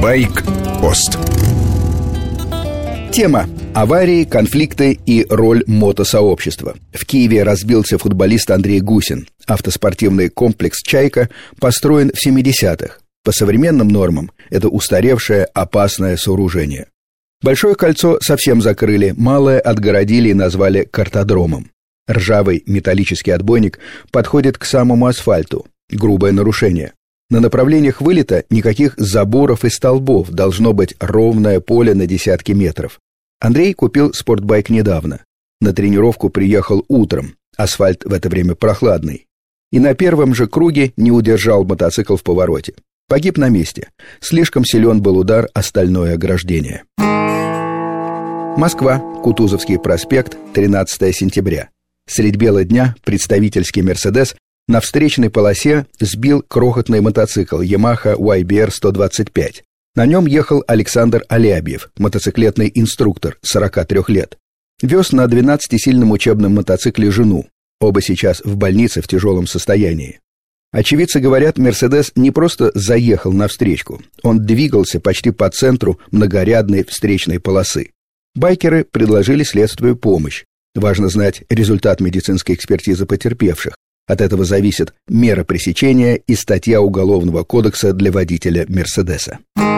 Байк-пост. Тема: аварии, конфликты и роль мотосообщества. В Киеве разбился футболист Андрей Гусин. Автоспортивный комплекс «Чайка» построен в 70-х. По современным нормам это устаревшее, опасное сооружение. Большое кольцо совсем закрыли, малое отгородили и назвали картодромом. Ржавый металлический отбойник подходит к самому асфальту. Грубое нарушение. На направлениях вылета никаких заборов и столбов, должно быть ровное поле на десятки метров. Андрей купил спортбайк недавно. На тренировку приехал утром, асфальт в это время прохладный. И на первом же круге не удержал мотоцикл в повороте. Погиб на месте. Слишком силен был удар о стальное ограждение. Москва, Кутузовский проспект, 13 сентября. Средь бела дня представительский «Мерседес» на встречной полосе сбил крохотный мотоцикл Yamaha YBR-125. На нем ехал Александр Алябьев, мотоциклетный инструктор, 43 лет. Вез на 12-сильном учебном мотоцикле жену. Оба сейчас в больнице в тяжелом состоянии. Очевидцы говорят, «Мерседес» не просто заехал на встречку, он двигался почти по центру многорядной встречной полосы. Байкеры предложили следствию помощь. Важно знать результат медицинской экспертизы потерпевших. От этого зависит мера пресечения и статья Уголовного кодекса для водителя «Мерседеса».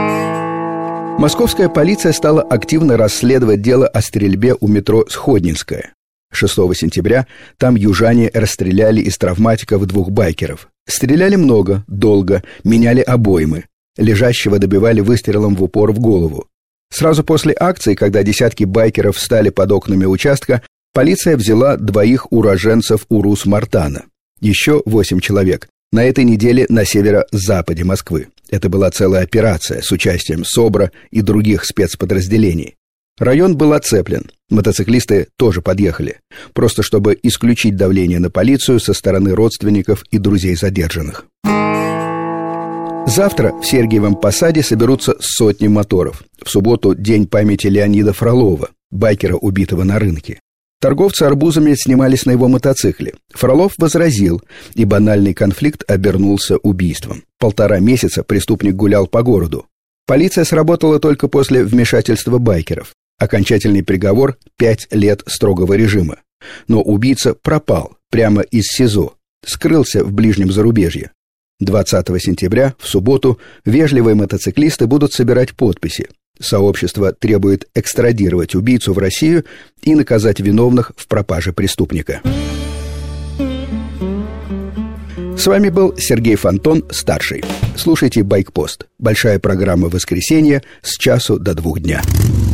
Московская полиция стала активно расследовать дело о стрельбе у метро Сходнинское. 6 сентября там южане расстреляли из травматиков 2 байкеров. Стреляли много, долго, меняли обоймы. Лежащего добивали выстрелом в упор в голову. Сразу после акции, когда десятки байкеров встали под окнами участка, полиция взяла 2 уроженцев Урус-Мартана. Еще 8 человек. На этой неделе на северо-западе Москвы. Это была целая операция с участием СОБРа и других спецподразделений. Район был оцеплен. Мотоциклисты тоже подъехали. Просто чтобы исключить давление на полицию со стороны родственников и друзей задержанных. Завтра в Сергиевом Посаде соберутся сотни моторов. В субботу день памяти Леонида Фролова, байкера, убитого на рынке. Торговцы арбузами снимались на его мотоцикле. Фролов возразил, и банальный конфликт обернулся убийством. 1,5 месяца преступник гулял по городу. Полиция сработала только после вмешательства байкеров. Окончательный приговор – 5 лет строгого режима. Но убийца пропал прямо из СИЗО, скрылся в ближнем зарубежье. 20 сентября, в субботу, вежливые мотоциклисты будут собирать подписи. Сообщество требует экстрадировать убийцу в Россию и наказать виновных в пропаже преступника. С вами был Сергей Фонтон, старший. Слушайте «Байк-пост». Большая программа в воскресенье с часу до 2 дня.